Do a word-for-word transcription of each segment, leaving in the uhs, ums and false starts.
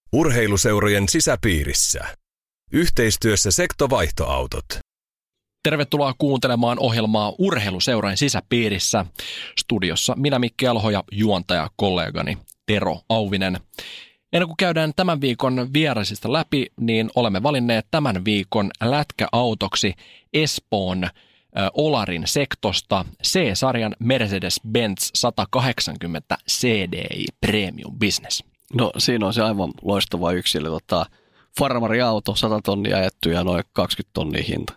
Urheiluseurojen sisäpiirissä. Yhteistyössä Sekto-vaihtoautot. Tervetuloa kuuntelemaan ohjelmaa Urheiluseurojen sisäpiirissä. Studiossa minä Mikki Alho ja juontaja kollegani Tero Auvinen. Ennen kuin käydään tämän viikon vierasista läpi, niin olemme valinneet tämän viikon lätkäautoksi Espoon äh, Olarin Sektosta C-sarjan Mercedes-Benz sata kahdeksankymmentä C D I Premium Business. No siinä on se aivan loistava yksilö. Tota, farmariauto, sata tonnia ajettu ja noin kaksikymmentä tonnia hinta.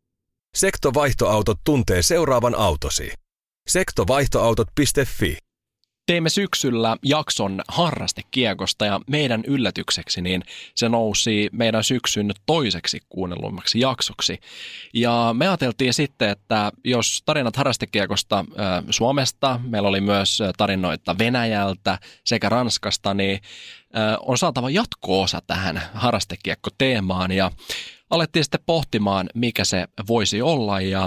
Sekto-vaihtoautot tuntee seuraavan autosi. sektovaihtoautot piste fi. Teimme syksyllä jakson harrastekiekosta ja meidän yllätykseksi niin se nousi meidän syksyn toiseksi kuunnellummaksi jaksoksi. Ja me ajateltiin sitten, että jos tarinat harrastekiekosta äh, Suomesta, meillä oli myös tarinoita Venäjältä sekä Ranskasta, niin äh, on saatava jatko-osa tähän harrastekiekko-teemaan ja alettiin sitten pohtimaan, mikä se voisi olla ja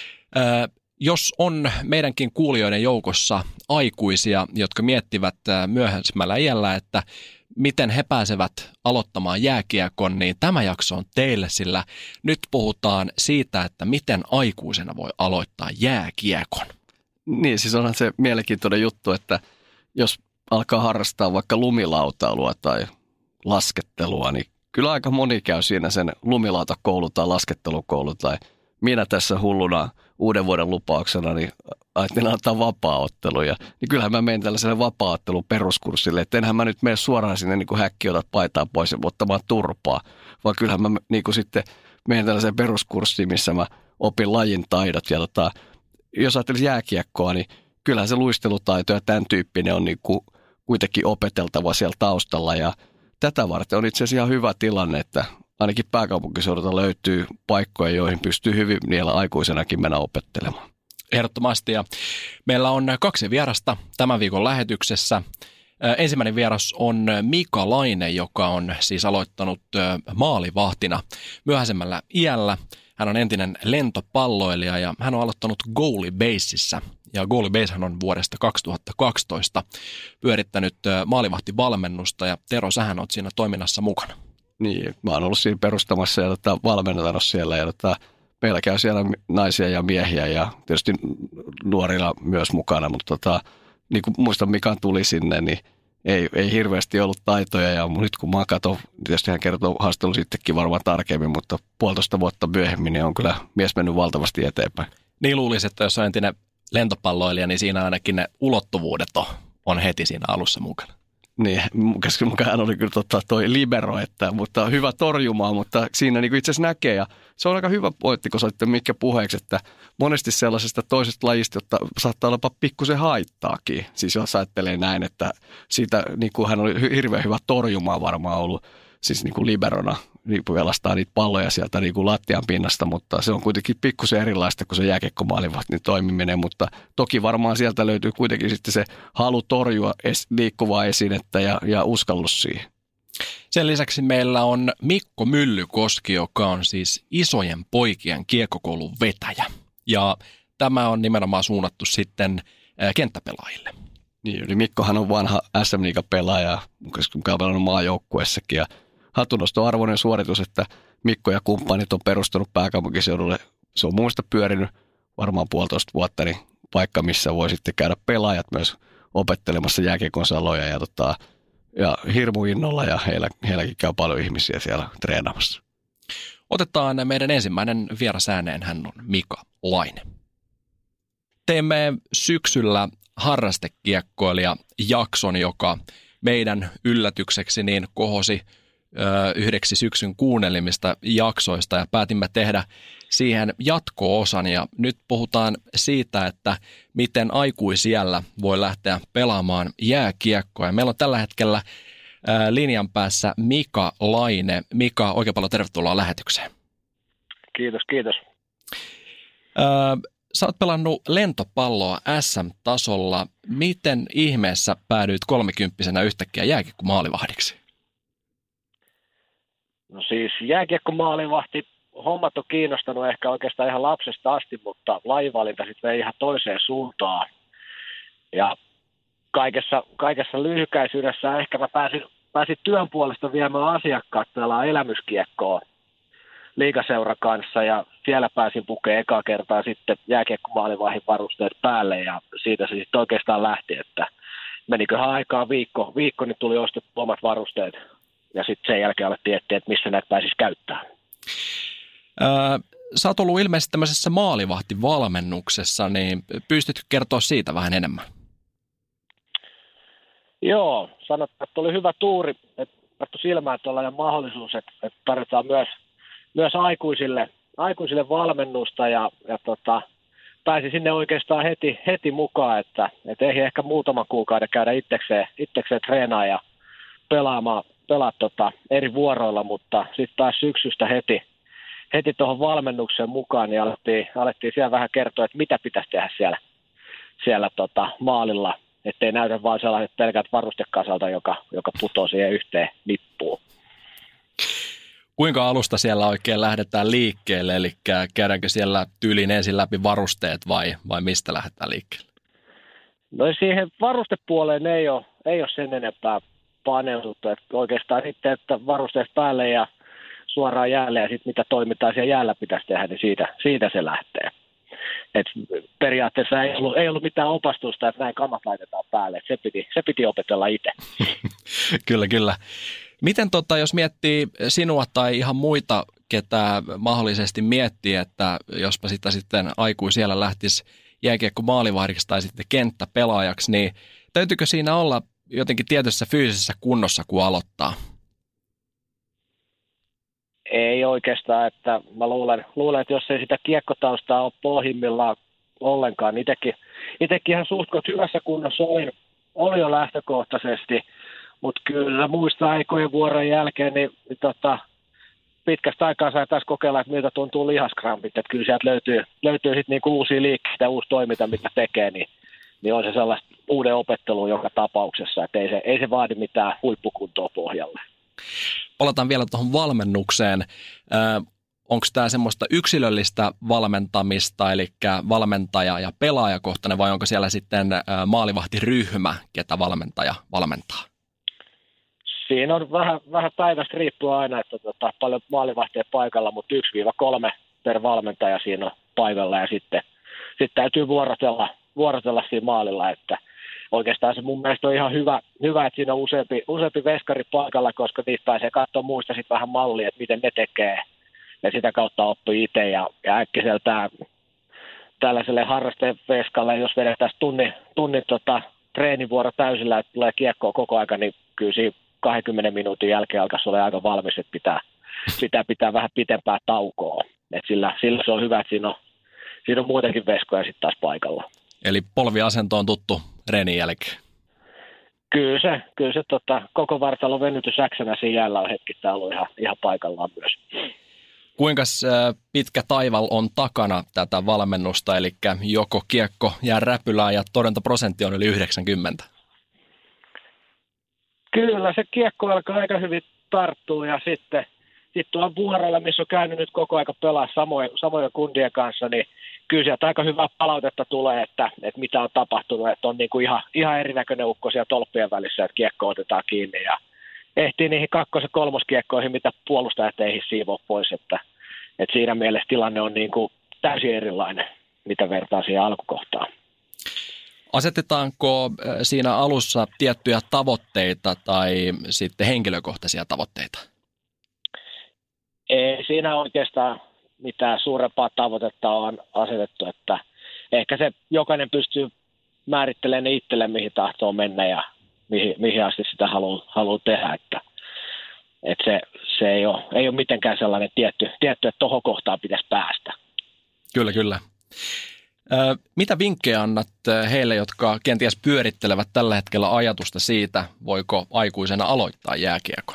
äh, jos on meidänkin kuulijoiden joukossa aikuisia, jotka miettivät myöhemmällä iällä, että miten he pääsevät aloittamaan jääkiekon, niin tämä jakso on teille, sillä nyt puhutaan siitä, että miten aikuisena voi aloittaa jääkiekon. Niin, siis onhan se mielenkiintoinen juttu, että jos alkaa harrastaa vaikka lumilautailua tai laskettelua, niin kyllä aika moni käy siinä sen lumilautakoulu tai laskettelukoulu tai minä tässä hulluna uuden vuoden lupauksena, niin ajattelin antaa vapaa-otteluja. Niin kyllähän mä menen tällaiselle vapaa-ottelun peruskurssille, että enhän mä nyt mene suoraan sinne niin kuin häkki otat paitaa pois ja ottamaan turpaa, vaan kyllähän mä niin kuin sitten menen tällaiseen peruskurssiin, missä mä opin lajin taidot. Ja tota, jos ajattelisi jääkiekkoa, niin kyllähän se luistelutaito ja tämän tyyppinen on niin kuin kuitenkin opeteltava siellä taustalla. Ja tätä varten on itse asiassa ihan hyvä tilanne, että ainakin pääkaupunkiseudulta löytyy paikkoja, joihin pystyy hyvin niillä aikuisenakin mennä opettelemaan. Ehdottomasti. Ja meillä on kaksi vierasta tämän viikon lähetyksessä. Ensimmäinen vieras on Mika Laine, joka on siis aloittanut maalivahtina myöhäisemmällä iällä. Hän on entinen lentopalloilija ja hän on aloittanut Goalie Basessa. Ja Goalie Base on vuodesta kaksituhattakaksitoista pyörittänyt maalivahtivalmennusta ja Tero, sähän olet siinä toiminnassa mukana. Niin, mä oon ollut siinä perustamassa ja tota, valmentanut siellä ja tota, meillä käy siellä naisia ja miehiä ja tietysti nuorilla myös mukana, mutta tota, niin kuin muistan Mikan tuli sinne, niin ei, ei hirveästi ollut taitoja ja nyt kun mä katson, tietysti hän kertoo haastelu sittenkin varmaan tarkemmin, mutta puolitoista vuotta myöhemmin niin on kyllä mies mennyt valtavasti eteenpäin. Niin luulisi, että jos on entinen lentopalloilija, niin siinä ainakin ne ulottuvuudet on, on heti siinä alussa mukana. Niin, mukaan oli kyllä totta toi libero, että, mutta hyvä torjumaan, mutta siinä niin itse asiassa näkee. Ja se on aika hyvä pointti, kun saitte Mikki puheeksi, että monesti sellaisesta toisesta lajista, jotta saattaa olla pikkusen haittaakin. Siis jos ajattelee näin, että siitä niin kuin hän oli hirveän hyvä torjumaan varmaan ollut, siis niin kuin liberona, niin pelastaa niitä palloja sieltä niin kuin lattian pinnasta, mutta se on kuitenkin pikkusen erilaista kuin se jääkiekkomaalivahtin toimiminen, mutta toki varmaan sieltä löytyy kuitenkin sitten se halu torjua es, liikkuvaa esinettä ja, ja uskallus siihen. Sen lisäksi meillä on Mikko Myllykoski, joka on siis isojen poikien kiekkokoulun vetäjä ja tämä on nimenomaan suunnattu sitten kenttäpelaajille. Niin, eli Mikkohan on vanha S M-liiga-pelaaja, mukaan pelannut maajoukkueessakin ja hatunnostoarvoinen suoritus, että Mikko ja kumppanit on perustanut pääkaupunkiseudulle. Se on muista pyörinyt varmaan puolitoista vuotta, niin paikka, missä voi sitten käydä pelaajat myös opettelemassa jääkiekon saloja ja, tota, ja hirmu innolla ja heillä, heilläkin käy paljon ihmisiä siellä treenaamassa. Otetaan meidän ensimmäinen vieras ääneen, hän on Mika Laine. Teemme syksyllä harrastekiekkoilija jakson, joka meidän yllätykseksi niin kohosi yhdeksi syksyn kuunnelimista jaksoista ja päätimme tehdä siihen jatko-osan ja nyt puhutaan siitä, että miten aikuisiällä voi lähteä pelaamaan jääkiekkoa ja meillä on tällä hetkellä linjan päässä Mika Laine. Mika, oikein paljon tervetuloa lähetykseen. Kiitos, kiitos. Öö, sä oot pelannut lentopalloa S M-tasolla. Miten ihmeessä päädyit kolmekymppisenä yhtäkkiä jääkiekko-maalivahdiksi? No siis jääkiekko-maalivahti, hommat on kiinnostanut ehkä oikeastaan ihan lapsesta asti, mutta lajivalinta sitten vei ihan toiseen suuntaan. Ja kaikessa, kaikessa lyhykäisyydessä ehkä mä pääsin pääsin työn puolesta viemään asiakkaat pelaa elämyskiekkoa liigaseura kanssa ja siellä pääsin pukemaan ekaa kertaa sitten jääkiekkomaalivahdin varusteet päälle ja siitä se sitten oikeastaan lähti, että meniköhän aikaa viikko, viikko niin tuli ostettu omat varusteet ja sitten sen jälkeen alettiin etsiä, että missä näitä pääsisi käyttämään. Öö, sä oot ollut ilmeisesti tämmöisessä maalivahtivalmennuksessa, niin pystytkö kertoa siitä vähän enemmän? Joo, sanotaan, että oli hyvä tuuri, että katso silmään tuollainen mahdollisuus, että, että tarvitaan myös, myös aikuisille, aikuisille valmennusta ja, ja tota, pääsi sinne oikeastaan heti, heti mukaan, että, että ei ehkä muutama kuukauden käydä itsekseen, itsekseen treenaa ja pelaamaan pelaa tota eri vuoroilla, mutta sitten taas syksystä heti, heti tuohon valmennukseen mukaan, niin alettiin, alettiin siellä vähän kertoa, että mitä pitäisi tehdä siellä, siellä tota maalilla, ettei näytä vaan sellaiset pelkät varustekasalta, joka, joka putoo siihen yhteen nippuun. Kuinka alusta siellä oikein lähdetään liikkeelle, eli käydäänkö siellä tyyliin ensin läpi varusteet vai, vai mistä lähdetään liikkeelle? No siihen varustepuoleen ei ole, ei ole sen enempää paneuduttu, että oikeastaan sitten, että varusteet päälle ja suoraan jäälle ja sitten mitä toimintaa siellä jäällä pitäisi tehdä, niin siitä, siitä se lähtee. Et periaatteessa ei ollut, ei ollut mitään opastusta, että näin kamat laitetaan päälle, että se piti, se piti opetella itse. Kyllä, kyllä. Miten tota, jos miettii sinua tai ihan muita, ketä mahdollisesti miettii, että jospa sitä sitten aikuisiellä lähtisi jääkiekko maalivahdiksi tai sitten kenttäpelaajaksi, niin täytyykö siinä olla jotenkin tietyssä fyysisessä kunnossa, kun aloittaa? Ei oikeastaan, että mä luulen, luulen että jos ei sitä kiekkotaustaa ole pohjimmillaan ollenkaan, niin itsekin, itsekin ihan suhtkot hyvässä kunnossa olin, oli jo lähtökohtaisesti, mutta kyllä muista aikojen vuoron jälkeen, niin, niin tota, pitkästä aikaa sai taas kokeilla, että miltä tuntuu lihaskrampit, että kyllä sieltä löytyy, löytyy sitten niinku uusia liikkeitä, uusi toiminta, mitä tekee, niin, niin on se sellaista uuden opettelua joka tapauksessa, että ei se, ei se vaadi mitään huippukuntoa pohjalle. Palataan vielä tuohon valmennukseen. Onko tämä semmoista yksilöllistä valmentamista, eli valmentaja ja pelaajakohtainen, vai onko siellä sitten maalivahtiryhmä, ketä valmentaja valmentaa? Siinä on vähän, vähän päivästä riippuu aina, että tota, paljon maalivahtia paikalla, mutta yksi kolme per valmentaja siinä on paikalla ja sitten, sitten täytyy vuorotella, vuorotella siinä maalilla, että oikeastaan se mun mielestä on ihan hyvä, hyvä että siinä on useampi, useampi veskari paikalla, koska niistä pääsee katsoa muista sitten vähän mallia, että miten ne tekee. Ja sitä kautta oppii itse ja, ja äkkiseltään tällaiselle harrasteveskalle, jos vedetään tunnin, tunnin tota, treenivuoro täysillä, että tulee kiekkoa koko aika, niin kyllä siinä kaksikymmentä minuutin jälkeen alkaisi olla aika valmis, että pitää, pitää, pitää vähän pitempää taukoa. Et sillä, sillä se on hyvä, että siinä on, siinä on muutenkin veskoja sitten taas paikalla. Eli polviasento on tuttu treenin jälkeen? Kyllä se, kyllä se tota, koko vartalon venytys äksänä siinä jäällä on hetkittäin ollut ihan, ihan paikallaan myös. Kuinka pitkä taival on takana tätä valmennusta, eli joko kiekko jää räpylään ja torjuntaprosentti on yli yhdeksänkymmentä? Kyllä, se kiekko alkaa aika hyvin tarttua ja sitten, sitten on vuorolla, missä on käynyt nyt koko aika pelaa samoja, samoja kundien kanssa, niin kyllä sieltä aika hyvää palautetta tulee, että, että mitä on tapahtunut, että on niin kuin ihan, ihan erinäköinen ukko siellä tolppien välissä, että kiekko otetaan kiinni ja ehtii niihin kakkos- ja kolmoskiekkoihin, mitä puolustajat ei siivoa pois, että, että siinä mielessä tilanne on niin kuin täysin erilainen, mitä vertaa siihen alkukohtaan. Asetetaanko siinä alussa tiettyjä tavoitteita tai sitten henkilökohtaisia tavoitteita? Ei siinä oikeastaan mitään suurempaa tavoitetta on asetettu, että ehkä se jokainen pystyy määrittelemään itselle, mihin tahtoo mennä ja mihin, mihin asti sitä haluaa, haluaa tehdä, että, että se, se ei, ole, ei ole mitenkään sellainen tietty, tietty että tuohon kohtaan pitäisi päästä. Kyllä, kyllä. Mitä vinkkejä annat heille, jotka kenties pyörittelevät tällä hetkellä ajatusta siitä, voiko aikuisena aloittaa jääkiekon?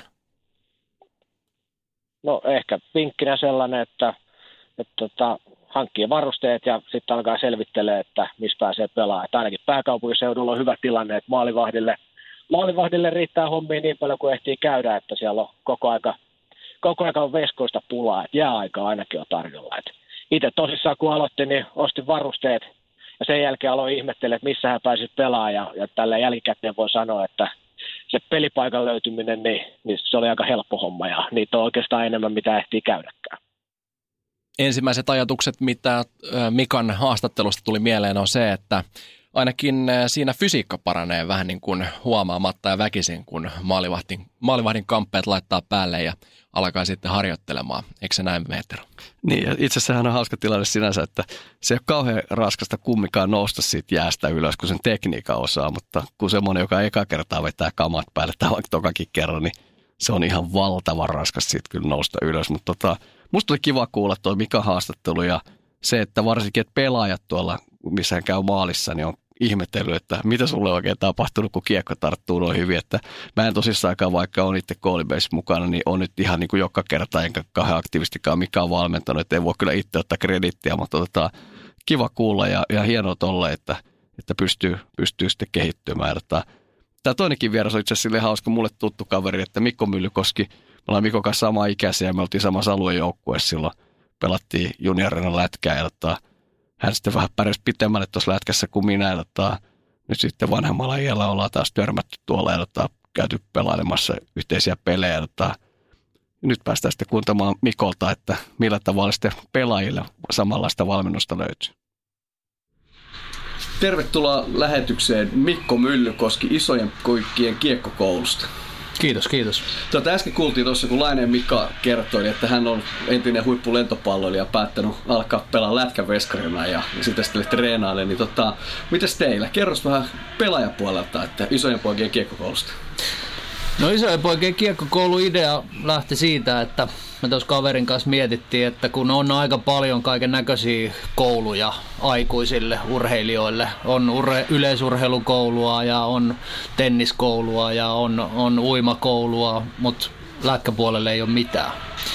No ehkä vinkkinä sellainen, että, että, että hankkii varusteet ja sitten alkaa selvittelee, että missä pääsee pelaamaan. Että ainakin pääkaupunkiseudulla on hyvä tilanne, että maalivahdille, maalivahdille riittää hommia niin paljon kuin ehtii käydä, että siellä on koko aika, koko aika on veskoista pulaa, että jääaikaa ainakin on tarjolla. Että itse tosissaan kun aloittin, niin ostin varusteet ja sen jälkeen aloin ihmettellä, että missä hän pääsi pelaamaan ja, ja tällä jälkikäteen voi sanoa, että se pelipaikan löytyminen, niin, niin se oli aika helppo homma ja niitä on oikeastaan enemmän mitä ehtii käydäkään. Ensimmäiset ajatukset, mitä Mikan haastattelusta tuli mieleen, on se, että ainakin siinä fysiikka paranee vähän niin kuin huomaamatta ja väkisin, kun maalivahdin, maalivahdin kamppeet laittaa päälle ja alkaa sitten harjoittelemaan. Eikö se näin, Meetero? Niin, ja itse asiassa on hauska tilanne sinänsä, että se ei ole kauhean raskasta kummikaan nousta siitä jäästä ylös, kun sen tekniikan osaa, mutta kun semmoinen, joka eka kertaa vetää kamat päälle tai vaikka tokakin kerran, niin se on ihan valtavan raskas siitä kyllä nousta ylös. Mutta tota, musta oli kiva kuulla tuo Mikan haastattelu ja se, että varsinkin että pelaajat tuolla, missä hän käy maalissa, niin on ihmetellyt, että mitä sulle oikein tapahtunut, kun kiekko tarttuu noin hyvin, että mä en tosissaakaan, vaikka on itse goalibase mukana, niin on nyt ihan niin kuin joka kerta, enkä kahden aktiivistikaan Mika on valmentanut, että ei voi kyllä itse ottaa kredittiä, mutta tota, kiva kuulla ja, ja hienoa tolle, että, että pystyy, pystyy sitten kehittymään. Tämä toinenkin vieras on itse asiassa silleen hauska, mulle tuttu kaveri, että Mikko Myllykoski, me ollaan Mikon kanssa sama ikäisiä ja me oltiin samassa aluejoukkueessa silloin, pelattiin juniorina lätkää ja tota, hän sitten vähän pärjäsi pitemmälle tuossa lätkässä kuin minä. Ja tota, nyt sitten vanhemmalla iällä ollaan taas törmätty tuolla ja tota, käyty pelailemassa yhteisiä pelejä. Ja tota, nyt päästään sitten kuuntelemaan Mikolta, että millä tavalla sitten pelaajille samanlaista valmennusta löytyy. Tervetuloa lähetykseen Mikko Myllykoski Isojen poikien kiekkokoulusta. Kiitos, kiitos. Tuota, äsken kuultiin tuossa, kun Laineen Mika kertoi, että hän on entinen huippulentopalloilija ja päättänyt alkaa pelaa lätkäveskarina ja, ja sitten sitten treenaille. Niin tota, mitäs teillä? Kerros vähän pelaajapuolelta, että Isojen poikien kiekkokoulusta. No Isojen poikien kiekkokoulun idea lähti siitä, että me tuossa kaverin kanssa mietittiin, että kun on aika paljon kaiken näköisiä kouluja aikuisille urheilijoille, on urhe- yleisurheilukoulua ja on tenniskoulua ja on, on uimakoulua, mutta lätkäpuolelle ei ole mitään.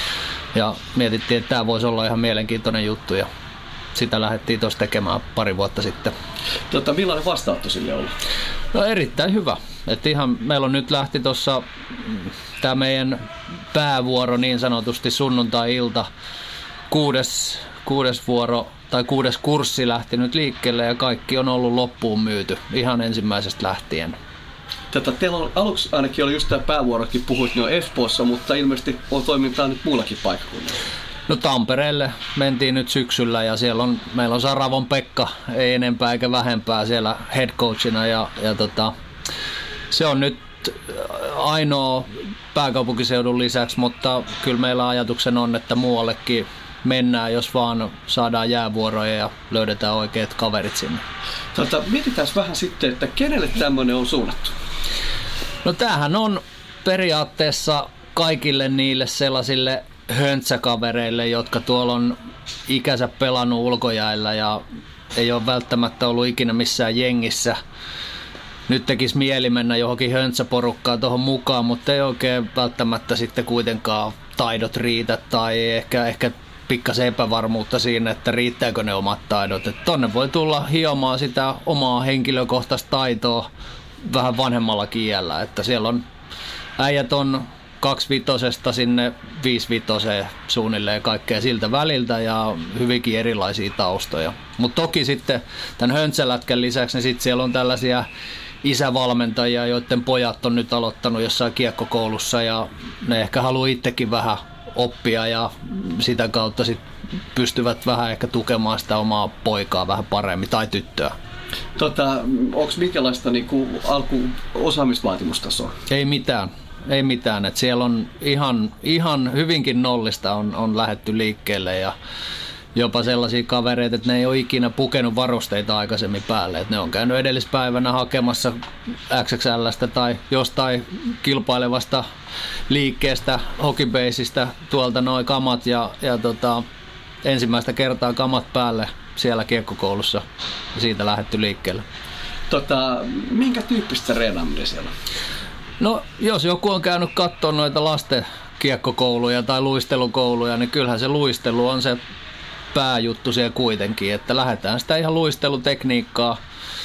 Ja mietittiin, että tämä voisi olla ihan mielenkiintoinen juttu ja sitä lähdettiin tuossa tekemään pari vuotta sitten. Tota, millainen vastaanotto sille oli? No erittäin hyvä. Et ihan, meillä on nyt lähti tuossa tämä meidän päävuoro niin sanotusti sunnuntai-ilta. Kuudes, kuudes vuoro tai kuudes kurssi lähti nyt liikkeelle ja kaikki on ollut loppuun myyty ihan ensimmäisestä lähtien. Tätä, teillä on, aluksi ainakin oli just tämä päävuorokin, puhuit jo Espoossa, mutta ilmeisesti on toimintaa nyt muillakin paikkakunnilla. No Tampereelle mentiin nyt syksyllä ja siellä on, meillä on Saravon Pekka, ei enempää eikä vähempää siellä head coachina ja, ja tota, se on nyt ainoa pääkaupunkiseudun lisäksi, mutta kyllä meillä ajatuksen on, että muuallekin mennään, jos vaan saadaan jäävuoroja ja löydetään oikeat kaverit sinne. Tota, mietitään vähän sitten, että kenelle tämmöinen on suunnattu? No tämähän on periaatteessa kaikille niille sellaisille höntsäkavereille, jotka tuolla on ikänsä pelannut ulkojäillä ja ei ole välttämättä ollut ikinä missään jengissä. Nyt tekisi mieli mennä johonkin höntsäporukkaan tuohon mukaan, mutta ei oikein välttämättä sitten kuitenkaan taidot riitä tai ehkä, ehkä pikkasen epävarmuutta siinä, että riittääkö ne omat taidot. Et tonne voi tulla hiomaan sitä omaa henkilökohtaista taitoa vähän vanhemmallakin iällä, että siellä on äijät on kaksivitosesta sinne viisivitoseen suunnilleen kaikkea siltä väliltä ja hyvinkin erilaisia taustoja. Mutta toki sitten tämän höntsälätkän lisäksi niin sit siellä on tällaisia isävalmentajia, joiden pojat on nyt aloittanut jossain kiekkokoulussa ja ne ehkä haluaa itsekin vähän oppia ja sitä kautta sit pystyvät vähän ehkä tukemaan sitä omaa poikaa vähän paremmin tai tyttöä. Tota, onko minkälaista niinku alku osaamisvaatimustasoa? Ei mitään. Ei mitään, että siellä on ihan, ihan hyvinkin nollista on, on lähdetty liikkeelle ja jopa sellaisia kavereita, että ne ei ole ikinä pukenut varusteita aikaisemmin päälle. Että ne on käynyt edellispäivänä hakemassa X X L:stä tai jostain kilpailevasta liikkeestä, hockeybaseista tuolta noin kamat ja, ja tota, ensimmäistä kertaa kamat päälle siellä kiekkokoulussa ja siitä lähdetty liikkeelle. Tota, minkä tyyppistä treenaaminen siellä on? No jos joku on käynyt katsomaan noita lasten kiekkokouluja tai luistelukouluja, niin kyllähän se luistelu on se pääjuttu siellä kuitenkin, että lähdetään sitä ihan luistelutekniikkaa,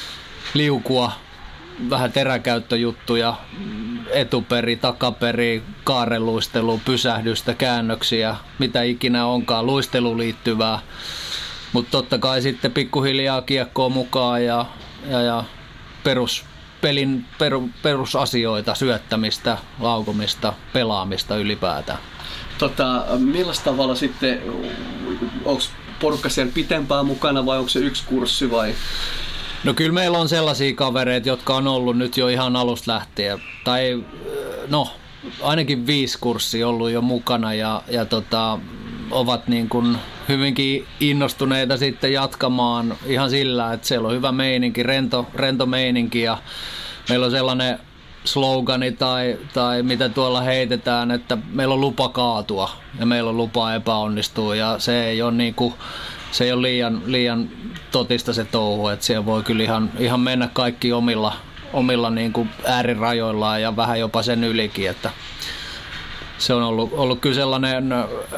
liukua, vähän teräkäyttöjuttuja, etuperi, takaperi, kaarreluistelu, pysähdystä, käännöksiä, mitä ikinä onkaan luisteluun liittyvää, mutta totta kai sitten pikkuhiljaa kiekkoa mukaan ja, ja, ja perus pelin peru, perusasioita, syöttämistä, laukomista, pelaamista ylipäätään. Tota, millaista tavalla sitten, onko porukka siellä pitempään mukana vai onko se yksi kurssi vai? No kyllä meillä on sellaisia kavereita, jotka on ollut nyt jo ihan alusta lähtien. Tai no, ainakin viisi kurssia ollut jo mukana ja, ja tota, ovat niin kuin hyvinkin innostuneita sitten jatkamaan ihan sillä, että siellä on hyvä meininki, rento, rento meininki ja meillä on sellainen slogani tai, tai mitä tuolla heitetään, että meillä on lupa kaatua ja meillä on lupa epäonnistua ja se ei ole, niin kuin, se ei ole liian, liian totista se touhu, että siellä voi kyllä ihan, ihan mennä kaikki omilla, omilla niin kuin äärirajoillaan ja vähän jopa sen ylikin, että se on ollut, ollut kyllä sellainen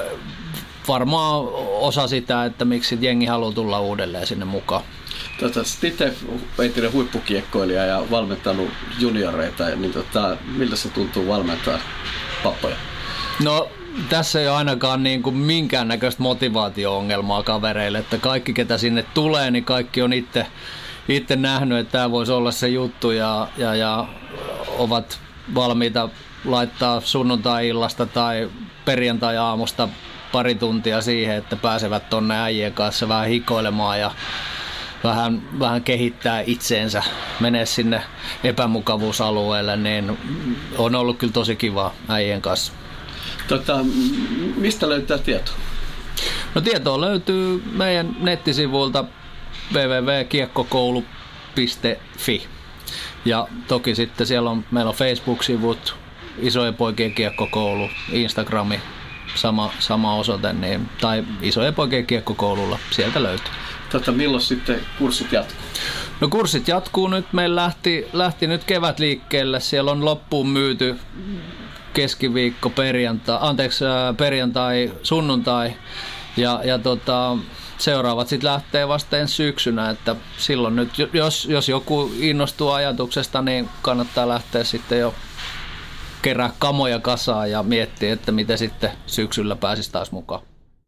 varmaan osa sitä, että miksi jengi haluaa tulla uudelleen sinne mukaan. Tota, sitten entinen huippukiekkoilija ja valmentanut junioreita, niin tota, miltä se tuntuu valmentaa pappoja? No tässä ei ole ainakaan niin kuin minkäännäköistä motivaatio-ongelmaa kavereille, että kaikki ketä sinne tulee, niin kaikki on itse, itse nähnyt, että tämä voisi olla se juttu ja, ja, ja ovat valmiita laittaa sunnuntai-illasta tai perjantai-aamusta pari tuntia siihen, että pääsevät tonne äijien kanssa vähän hikoilemaan ja vähän, vähän kehittää itseensä, menee sinne epämukavuusalueelle, niin on ollut kyllä tosi kiva äijien kanssa. Tota, mistä löytää tietoa? No tietoa löytyy meidän nettisivuilta double-u double-u double-u piste kiekkokoulu piste fi ja toki sitten siellä on, meillä on Facebook-sivut, Isojen poikien kiekkokoulu, Instagrami, sama, sama osoite, niin, tai Isojen poikien kiekkokoululla, sieltä löytyy. Tota, milloin sitten kurssit jatkuu? No kurssit jatkuu nyt, meillä lähti, lähti nyt kevät liikkeelle, siellä on loppuun myyty keskiviikko, perjantai, anteeksi, perjantai, sunnuntai ja, ja tota, seuraavat sitten lähtee vasta ensi syksynä, että silloin nyt, jos, jos joku innostuu ajatuksesta, niin kannattaa lähteä sitten jo kerää kamoja kasaan ja miettiä, että miten sitten syksyllä pääsisi taas mukaan.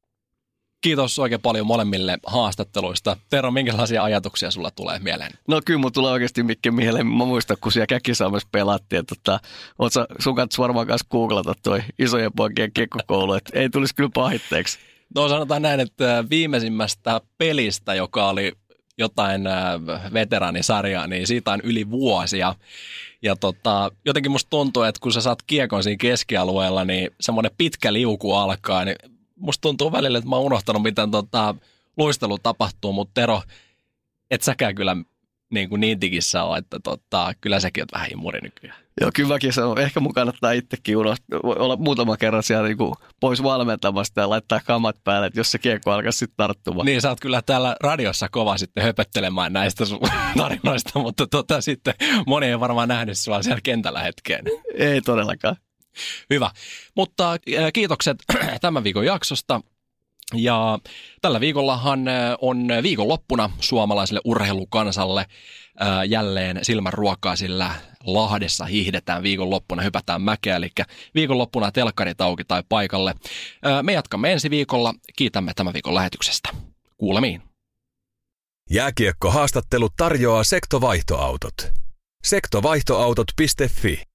Kiitos oikein paljon molemmille haastatteluista. Tero, minkälaisia ajatuksia sulla tulee mieleen? No kyllä mun tulee oikeasti Mikke mieleen. Mä muistan, kun siellä Käkisalmessa pelattiin. Tota, oot sä, sun kanssa varmaan kanssa googlata toi Isojen poikien kiekkokoulu, että ei tulisi kyllä pahitteeksi. No sanotaan näin, että viimeisimmästä pelistä, joka oli jotain veteraanisarjaa, niin siitä on yli vuosia. Ja tota, jotenkin musta tuntuu, että kun sä saat kiekon siinä keskialueella, niin semmoinen pitkä liuku alkaa, niin musta tuntuu välillä, että mä oon unohtanut, miten tota, luistelu tapahtuu, mutta Tero, et säkään kyllä niin, kuin niin tikissä ole, että tota, kyllä säkin oot vähän imuri nykyään. Joo, kyllä mäkin se on. Ehkä mun kannattaa itsekin unohtaa, olla muutama kerran siellä niin kuin pois valmentamasta ja laittaa kamat päälle, että jos se kiekko alkaa sitten tarttumaan. Niin, sä oot kyllä täällä radiossa kova sitten höpöttelemään näistä sun tarinoista, mutta tota, sitten moni ei varmaan nähnyt sua siellä kentällä hetkeen. Ei todellakaan. Hyvä, mutta kiitokset tämän viikon jaksosta. Ja tällä viikollahan on viikonloppuna suomalaiselle urheilukansalle jälleen silmänruokaa, sillä Lahdessa hiihdetään viikonloppuna, hypätään mäkeä, eli viikonloppuna telkkarit auki tai paikalle. Me jatkamme ensi viikolla. Kiitämme tämän viikon lähetyksestä. Kuulemiin. Jääkiekkohaastattelut tarjoaa Sekto Vaihtoautot. sekto vaihtoautot piste fi